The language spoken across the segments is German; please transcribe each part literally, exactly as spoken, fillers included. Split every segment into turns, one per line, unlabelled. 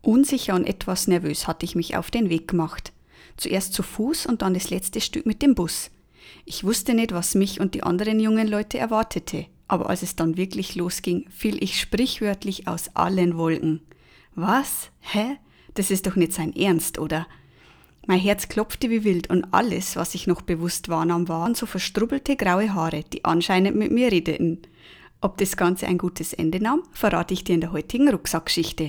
Unsicher und etwas nervös hatte ich mich auf den Weg gemacht. Zuerst zu Fuß und dann das letzte Stück mit dem Bus. Ich wusste nicht, was mich und die anderen jungen Leute erwartete, aber als es dann wirklich losging, fiel ich sprichwörtlich aus allen Wolken. Was? Hä? Das ist doch nicht sein Ernst, oder? Mein Herz klopfte wie wild und alles, was ich noch bewusst wahrnahm, waren so verstrubbelte graue Haare, die anscheinend mit mir redeten. Ob das Ganze ein gutes Ende nahm, verrate ich dir in der heutigen Rucksackgeschichte.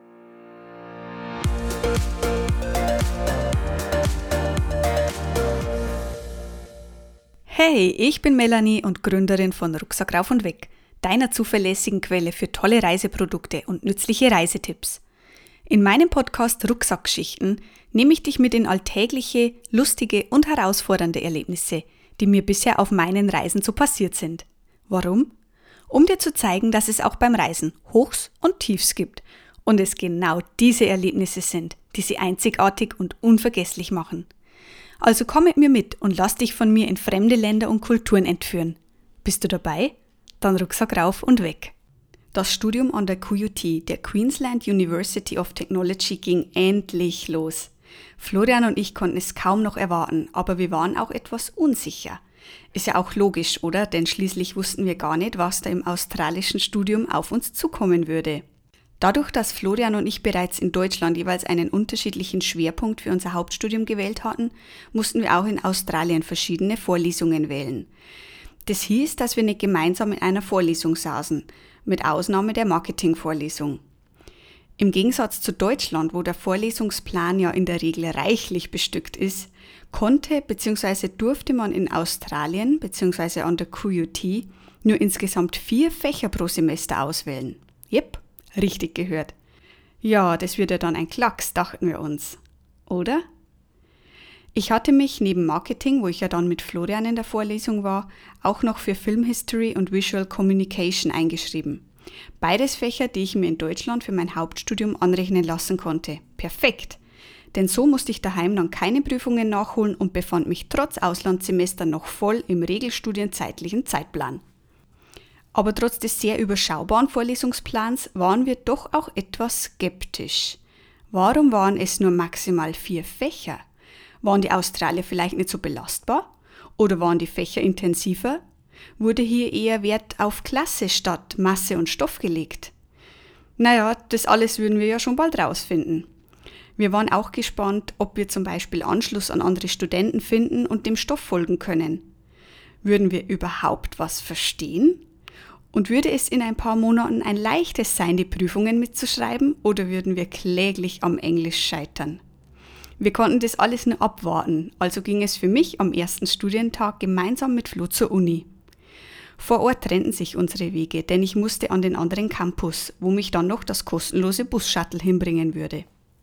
Hey, ich bin Melanie und Gründerin von Rucksack rauf und weg, deiner zuverlässigen Quelle für tolle Reiseprodukte und nützliche Reisetipps. In meinem Podcast Rucksackgeschichten nehme ich dich mit in alltägliche, lustige und herausfordernde Erlebnisse, die mir bisher auf meinen Reisen so passiert sind. Warum? Um dir zu zeigen, dass es auch beim Reisen Hochs und Tiefs gibt und es genau diese Erlebnisse sind, die sie einzigartig und unvergesslich machen. Also komm mit mir mit und lass dich von mir in fremde Länder und Kulturen entführen. Bist du dabei? Dann Rucksack rauf und weg. Das Studium an der Q U T, der Queensland University of Technology, ging endlich los. Florian und ich konnten es kaum noch erwarten, aber wir waren auch etwas unsicher. Ist ja auch logisch, oder? Denn schließlich wussten wir gar nicht, was da im australischen Studium auf uns zukommen würde. Dadurch, dass Florian und ich bereits in Deutschland jeweils einen unterschiedlichen Schwerpunkt für unser Hauptstudium gewählt hatten, mussten wir auch in Australien verschiedene Vorlesungen wählen. Das hieß, dass wir nicht gemeinsam in einer Vorlesung saßen, mit Ausnahme der Marketingvorlesung. Im Gegensatz zu Deutschland, wo der Vorlesungsplan ja in der Regel reichlich bestückt ist, konnte bzw. durfte man in Australien bzw. an der Q U T nur insgesamt vier Fächer pro Semester auswählen. Jep. Richtig gehört. Ja, das wird ja dann ein Klacks, dachten wir uns. Oder? Ich hatte mich neben Marketing, wo ich ja dann mit Florian in der Vorlesung war, auch noch für Film History und Visual Communication eingeschrieben. Beides Fächer, die ich mir in Deutschland für mein Hauptstudium anrechnen lassen konnte. Perfekt! Denn so musste ich daheim dann keine Prüfungen nachholen und befand mich trotz Auslandssemester noch voll im regelstudienzeitlichen Zeitplan. Aber trotz des sehr überschaubaren Vorlesungsplans waren wir doch auch etwas skeptisch. Warum waren es nur maximal vier Fächer? Waren die Australier vielleicht nicht so belastbar? Oder waren die Fächer intensiver? Wurde hier eher Wert auf Klasse statt Masse und Stoff gelegt? Naja, das alles würden wir ja schon bald rausfinden. Wir waren auch gespannt, ob wir zum Beispiel Anschluss an andere Studenten finden und dem Stoff folgen können. Würden wir überhaupt was verstehen? Und würde es in ein paar Monaten ein leichtes sein, die Prüfungen mitzuschreiben, oder würden wir kläglich am Englisch scheitern? Wir konnten das alles nur abwarten, also ging es für mich am ersten Studientag gemeinsam mit Flo zur Uni. Vor Ort trennten sich unsere Wege, denn ich musste an den anderen Campus, wo mich dann noch das kostenlose Bus-Shuttle hinbringen würde.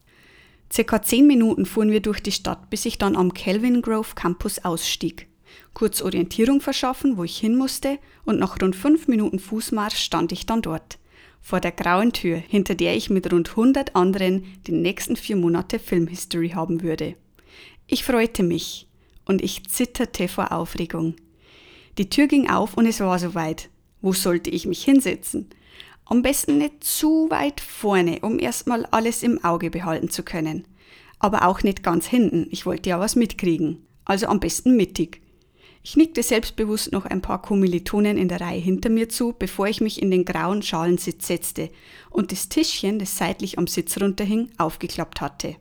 Circa zehn Minuten fuhren wir durch die Stadt, bis ich dann am Kelvingrove Campus ausstieg. Kurz Orientierung verschaffen, wo ich hin musste, und nach rund fünf Minuten Fußmarsch stand ich dann dort. Vor der grauen Tür, hinter der ich mit rund hundert anderen die nächsten vier Monate Filmhistory haben würde. Ich freute mich und ich zitterte vor Aufregung. Die Tür ging auf und es war soweit. Wo sollte ich mich hinsetzen? Am besten nicht zu weit vorne, um erstmal alles im Auge behalten zu können. Aber auch nicht ganz hinten, ich wollte ja was mitkriegen. Also am besten mittig. Ich nickte selbstbewusst noch ein paar Kommilitonen in der Reihe hinter mir zu, bevor ich mich in den grauen Schalensitz setzte und das Tischchen, das seitlich am Sitz runterhing, aufgeklappt hatte.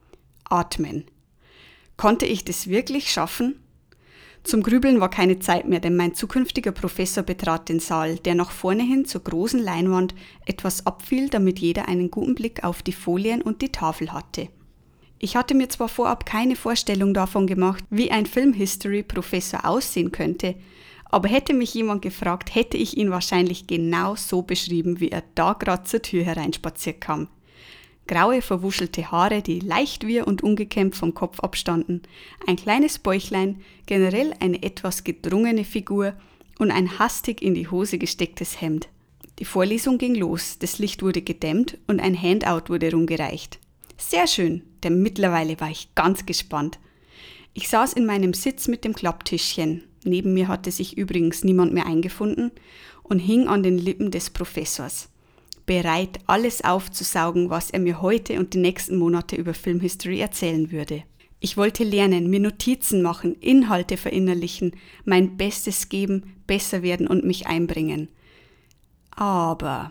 Atmen. Konnte ich das wirklich schaffen? Zum Grübeln war keine Zeit mehr, denn mein zukünftiger Professor betrat den Saal, der nach vorne hin zur großen Leinwand etwas abfiel, damit jeder einen guten Blick auf die Folien und die Tafel hatte. Ich hatte mir zwar vorab keine Vorstellung davon gemacht, wie ein Film-History-Professor aussehen könnte, aber hätte mich jemand gefragt, hätte ich ihn wahrscheinlich genau so beschrieben, wie er da gerade zur Tür hereinspaziert kam. Graue, verwuschelte Haare, die leicht wirr und ungekämmt vom Kopf abstanden, ein kleines Bäuchlein, generell eine etwas gedrungene Figur und ein hastig in die Hose gestecktes Hemd. Die Vorlesung ging los, das Licht wurde gedämmt und ein Handout wurde rumgereicht. Sehr schön, denn mittlerweile war ich ganz gespannt. Ich saß in meinem Sitz mit dem Klapptischchen, neben mir hatte sich übrigens niemand mehr eingefunden, und hing an den Lippen des Professors. bereit, alles aufzusaugen, was er mir heute und die nächsten Monate über Filmhistory erzählen würde. Ich wollte lernen, mir Notizen machen, Inhalte verinnerlichen, mein Bestes geben, besser werden und mich einbringen. Aber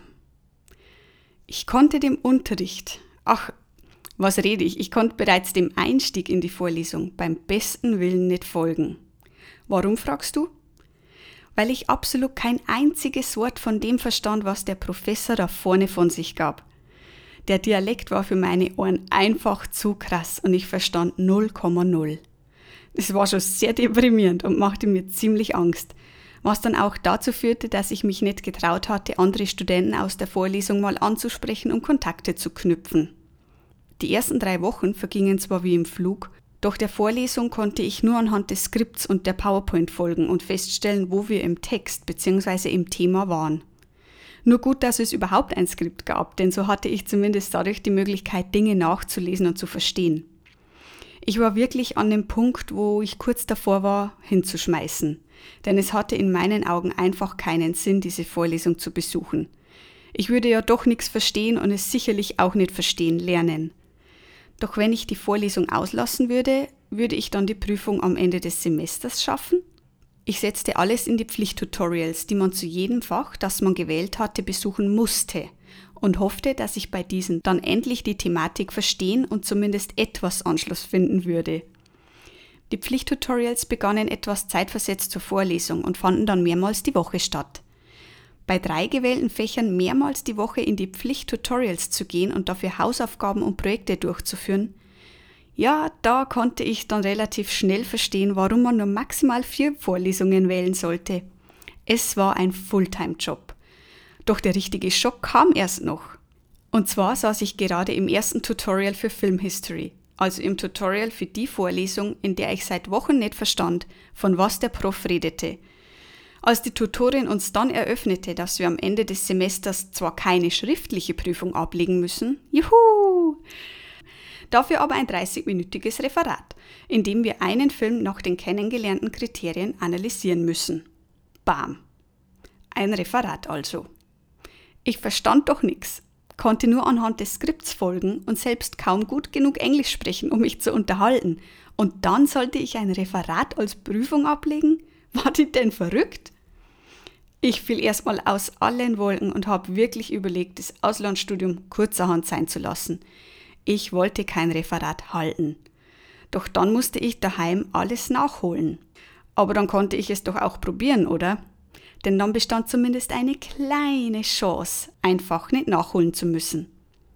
ich konnte dem Unterricht, ach, was rede ich, ich konnte bereits dem Einstieg in die Vorlesung beim besten Willen nicht folgen. Warum, fragst du? Weil ich absolut kein einziges Wort von dem verstand, was der Professor da vorne von sich gab. Der Dialekt war für meine Ohren einfach zu krass und ich verstand null Komma null. Das war schon sehr deprimierend und machte mir ziemlich Angst, was dann auch dazu führte, dass ich mich nicht getraut hatte, andere Studenten aus der Vorlesung mal anzusprechen, um Kontakte zu knüpfen. Die ersten drei Wochen vergingen zwar wie im Flug, doch der Vorlesung konnte ich nur anhand des Skripts und der PowerPoint folgen und feststellen, wo wir im Text bzw. im Thema waren. Nur gut, dass es überhaupt ein Skript gab, denn so hatte ich zumindest dadurch die Möglichkeit, Dinge nachzulesen und zu verstehen. Ich war wirklich an dem Punkt, wo ich kurz davor war, hinzuschmeißen, denn es hatte in meinen Augen einfach keinen Sinn, diese Vorlesung zu besuchen. Ich würde ja doch nichts verstehen und es sicherlich auch nicht verstehen lernen. Doch wenn ich die Vorlesung auslassen würde, würde ich dann die Prüfung am Ende des Semesters schaffen? Ich setzte alles in die Pflichttutorials, die man zu jedem Fach, das man gewählt hatte, besuchen musste und hoffte, dass ich bei diesen dann endlich die Thematik verstehen und zumindest etwas Anschluss finden würde. Die Pflichttutorials begannen etwas zeitversetzt zur Vorlesung und fanden dann mehrmals die Woche statt. Bei drei gewählten Fächern mehrmals die Woche in die Pflichttutorials zu gehen und dafür Hausaufgaben und Projekte durchzuführen, ja, da konnte ich dann relativ schnell verstehen, warum man nur maximal vier Vorlesungen wählen sollte. Es war ein Fulltime-Job. Doch der richtige Schock kam erst noch. Und zwar saß ich gerade im ersten Tutorial für Filmhistory, also im Tutorial für die Vorlesung, in der ich seit Wochen nicht verstand, von was der Prof redete. Als die Tutorin uns dann eröffnete, dass wir am Ende des Semesters zwar keine schriftliche Prüfung ablegen müssen, juhu! Dafür aber ein dreißigminütiges Referat, in dem wir einen Film nach den kennengelernten Kriterien analysieren müssen. Bam! Ein Referat also. Ich verstand doch nichts, konnte nur anhand des Skripts folgen und selbst kaum gut genug Englisch sprechen, um mich zu unterhalten. Und dann sollte ich ein Referat als Prüfung ablegen? War die denn verrückt? Ich fiel erstmal aus allen Wolken und habe wirklich überlegt, das Auslandsstudium kurzerhand sein zu lassen. Ich wollte kein Referat halten. Doch dann musste ich daheim alles nachholen. Aber dann konnte ich es doch auch probieren, oder? Denn dann bestand zumindest eine kleine Chance, einfach nicht nachholen zu müssen.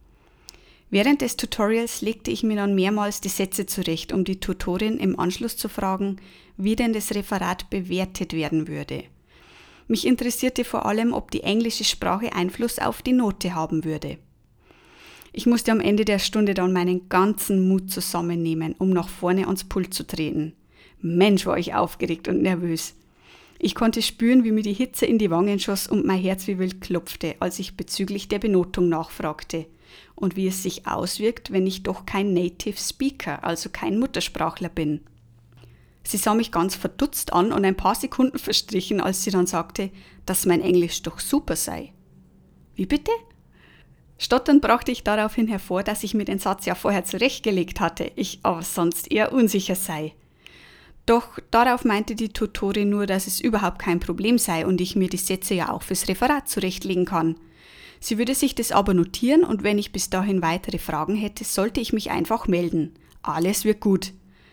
Während des Tutorials legte ich mir dann mehrmals die Sätze zurecht, um die Tutorin im Anschluss zu fragen, wie denn das Referat bewertet werden würde. Mich interessierte vor allem, ob die englische Sprache Einfluss auf die Note haben würde. Ich musste am Ende der Stunde dann meinen ganzen Mut zusammennehmen, um nach vorne ans Pult zu treten. Mensch, war ich aufgeregt und nervös. Ich konnte spüren, wie mir die Hitze in die Wangen schoss und mein Herz wie wild klopfte, als ich bezüglich der Benotung nachfragte und wie es sich auswirkt, wenn ich doch kein Native Speaker, also kein Muttersprachler bin. Sie sah mich ganz verdutzt an und ein paar Sekunden verstrichen, als sie dann sagte, dass mein Englisch doch super sei. Wie bitte? Stotternd brachte ich daraufhin hervor, dass ich mir den Satz ja vorher zurechtgelegt hatte, ich aber sonst eher unsicher sei. Doch darauf meinte die Tutorin nur, dass es überhaupt kein Problem sei und ich mir die Sätze ja auch fürs Referat zurechtlegen kann. Sie würde sich das aber notieren und wenn ich bis dahin weitere Fragen hätte, sollte ich mich einfach melden. Alles wird gut.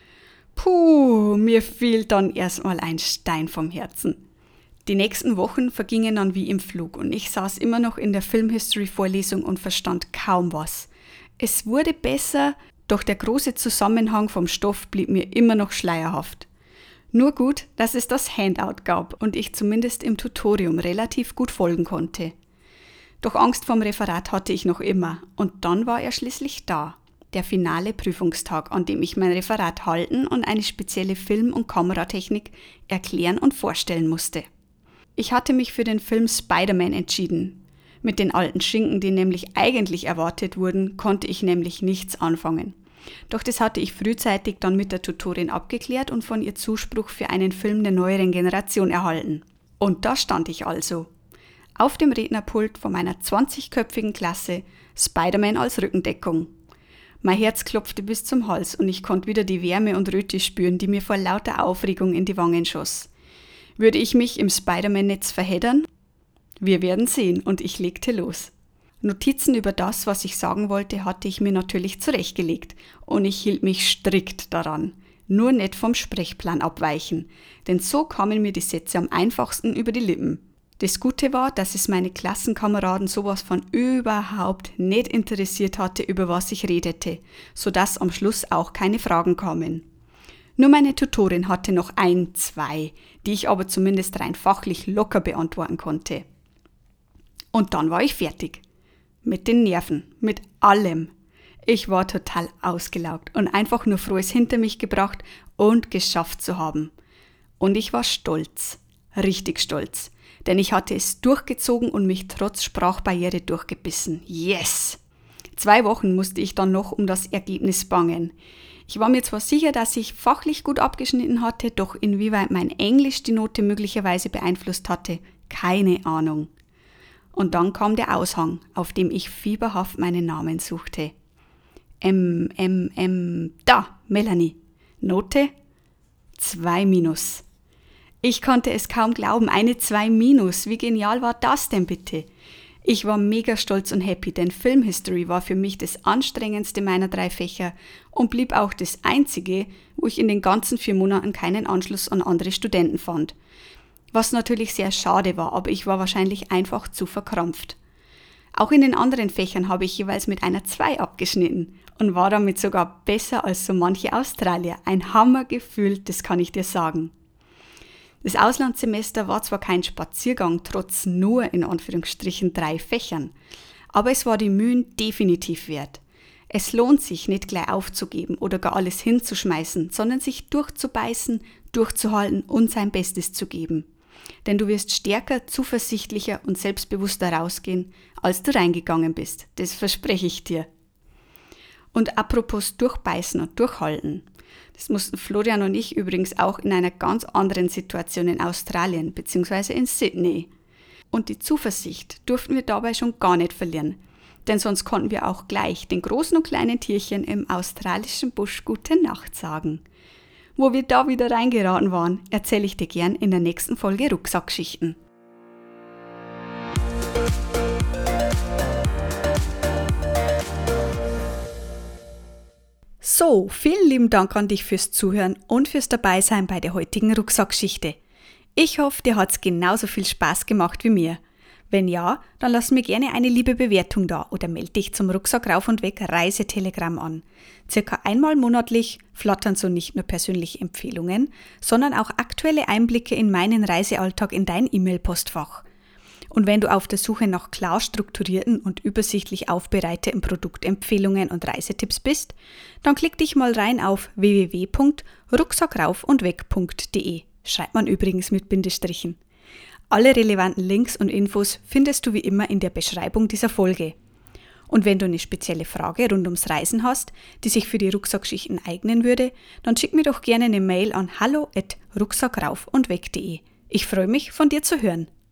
Puh, mir fiel dann erstmal ein Stein vom Herzen. Die nächsten Wochen vergingen dann wie im Flug und ich saß immer noch in der Filmhistory-Vorlesung und verstand kaum was. Es wurde besser, doch der große Zusammenhang vom Stoff blieb mir immer noch schleierhaft. Nur gut, dass es das Handout gab und ich zumindest im Tutorium relativ gut folgen konnte. Doch Angst vorm Referat hatte ich noch immer und dann war er schließlich da. Der finale Prüfungstag, an dem ich mein Referat halten und eine spezielle Film- und Kameratechnik erklären und vorstellen musste. Ich hatte mich für den Film Spider-Man entschieden. Mit den alten Schinken, die nämlich eigentlich erwartet wurden, konnte ich nämlich nichts anfangen. Doch das hatte ich frühzeitig dann mit der Tutorin abgeklärt und von ihr Zuspruch für einen Film der neueren Generation erhalten. Und da stand ich also. Auf dem Rednerpult von meiner zwanzigköpfigen Klasse Spider-Man als Rückendeckung. Mein Herz klopfte bis zum Hals und ich konnte wieder die Wärme und Röte spüren, die mir vor lauter Aufregung in die Wangen schoss. Würde ich mich im Spider-Man-Netz verheddern? Wir werden sehen und ich legte los. Notizen über das, was ich sagen wollte, hatte ich mir natürlich zurechtgelegt und ich hielt mich strikt daran. Nur nicht vom Sprechplan abweichen, denn so kamen mir die Sätze am einfachsten über die Lippen. Das Gute war, dass es meine Klassenkameraden sowas von überhaupt nicht interessiert hatte, über was ich redete, sodass am Schluss auch keine Fragen kamen. Nur meine Tutorin hatte noch ein, zwei, die ich aber zumindest rein fachlich locker beantworten konnte. Und dann war ich fertig. Mit den Nerven, mit allem. Ich war total ausgelaugt und einfach nur froh, es hinter mich gebracht und geschafft zu haben. Und ich war stolz, richtig stolz. Denn ich hatte es durchgezogen und mich trotz Sprachbarriere durchgebissen. Yes! Zwei Wochen musste ich dann noch um das Ergebnis bangen. Ich war mir zwar sicher, dass ich fachlich gut abgeschnitten hatte, doch inwieweit mein Englisch die Note möglicherweise beeinflusst hatte, keine Ahnung. Und dann kam der Aushang, auf dem ich fieberhaft meinen Namen suchte. M, M, M, da, Melanie. Note? Zwei Minus. Ich konnte es kaum glauben, eine zwei Minus. Wie genial war das denn bitte? Ich war mega stolz und happy, denn Film History war für mich das anstrengendste meiner drei Fächer und blieb auch das einzige, wo ich in den ganzen vier Monaten keinen Anschluss an andere Studenten fand. Was natürlich sehr schade war, aber ich war wahrscheinlich einfach zu verkrampft. Auch in den anderen Fächern habe ich jeweils mit einer zwei abgeschnitten und war damit sogar besser als so manche Australier. Ein Hammergefühl, das kann ich dir sagen. Das Auslandssemester war zwar kein Spaziergang, trotz nur in Anführungsstrichen drei Fächern, aber es war die Mühen definitiv wert. Es lohnt sich, nicht gleich aufzugeben oder gar alles hinzuschmeißen, sondern sich durchzubeißen, durchzuhalten und sein Bestes zu geben. Denn du wirst stärker, zuversichtlicher und selbstbewusster rausgehen, als du reingegangen bist. Das verspreche ich dir. Und apropos durchbeißen und durchhalten. Das mussten Florian und ich übrigens auch in einer ganz anderen Situation in Australien bzw. in Sydney. Und die Zuversicht durften wir dabei schon gar nicht verlieren, denn sonst konnten wir auch gleich den großen und kleinen Tierchen im australischen Busch gute Nacht sagen. Wo wir da wieder reingeraten waren, erzähle ich dir gern in der nächsten Folge Rucksackgeschichten. So, vielen lieben Dank an dich fürs Zuhören und fürs Dabeisein bei der heutigen Rucksackgeschichte. Ich hoffe, dir hat's genauso viel Spaß gemacht wie mir. Wenn ja, dann lass mir gerne eine liebe Bewertung da oder melde dich zum Rucksack rauf und weg Reisetelegramm an. Circa einmal monatlich flattern so nicht nur persönliche Empfehlungen, sondern auch aktuelle Einblicke in meinen Reisealltag in dein E-Mail-Postfach. Und wenn du auf der Suche nach klar strukturierten und übersichtlich aufbereiteten Produktempfehlungen und Reisetipps bist, dann klick dich mal rein auf w w w punkt rucksackraufundweg punkt d e. Schreibt man übrigens mit Bindestrichen. Alle relevanten Links und Infos findest du wie immer in der Beschreibung dieser Folge. Und wenn du eine spezielle Frage rund ums Reisen hast, die sich für die Rucksackgeschichten eignen würde, dann schick mir doch gerne eine Mail an hallo at rucksackraufundweg punkt d e. Ich freue mich, von dir zu hören.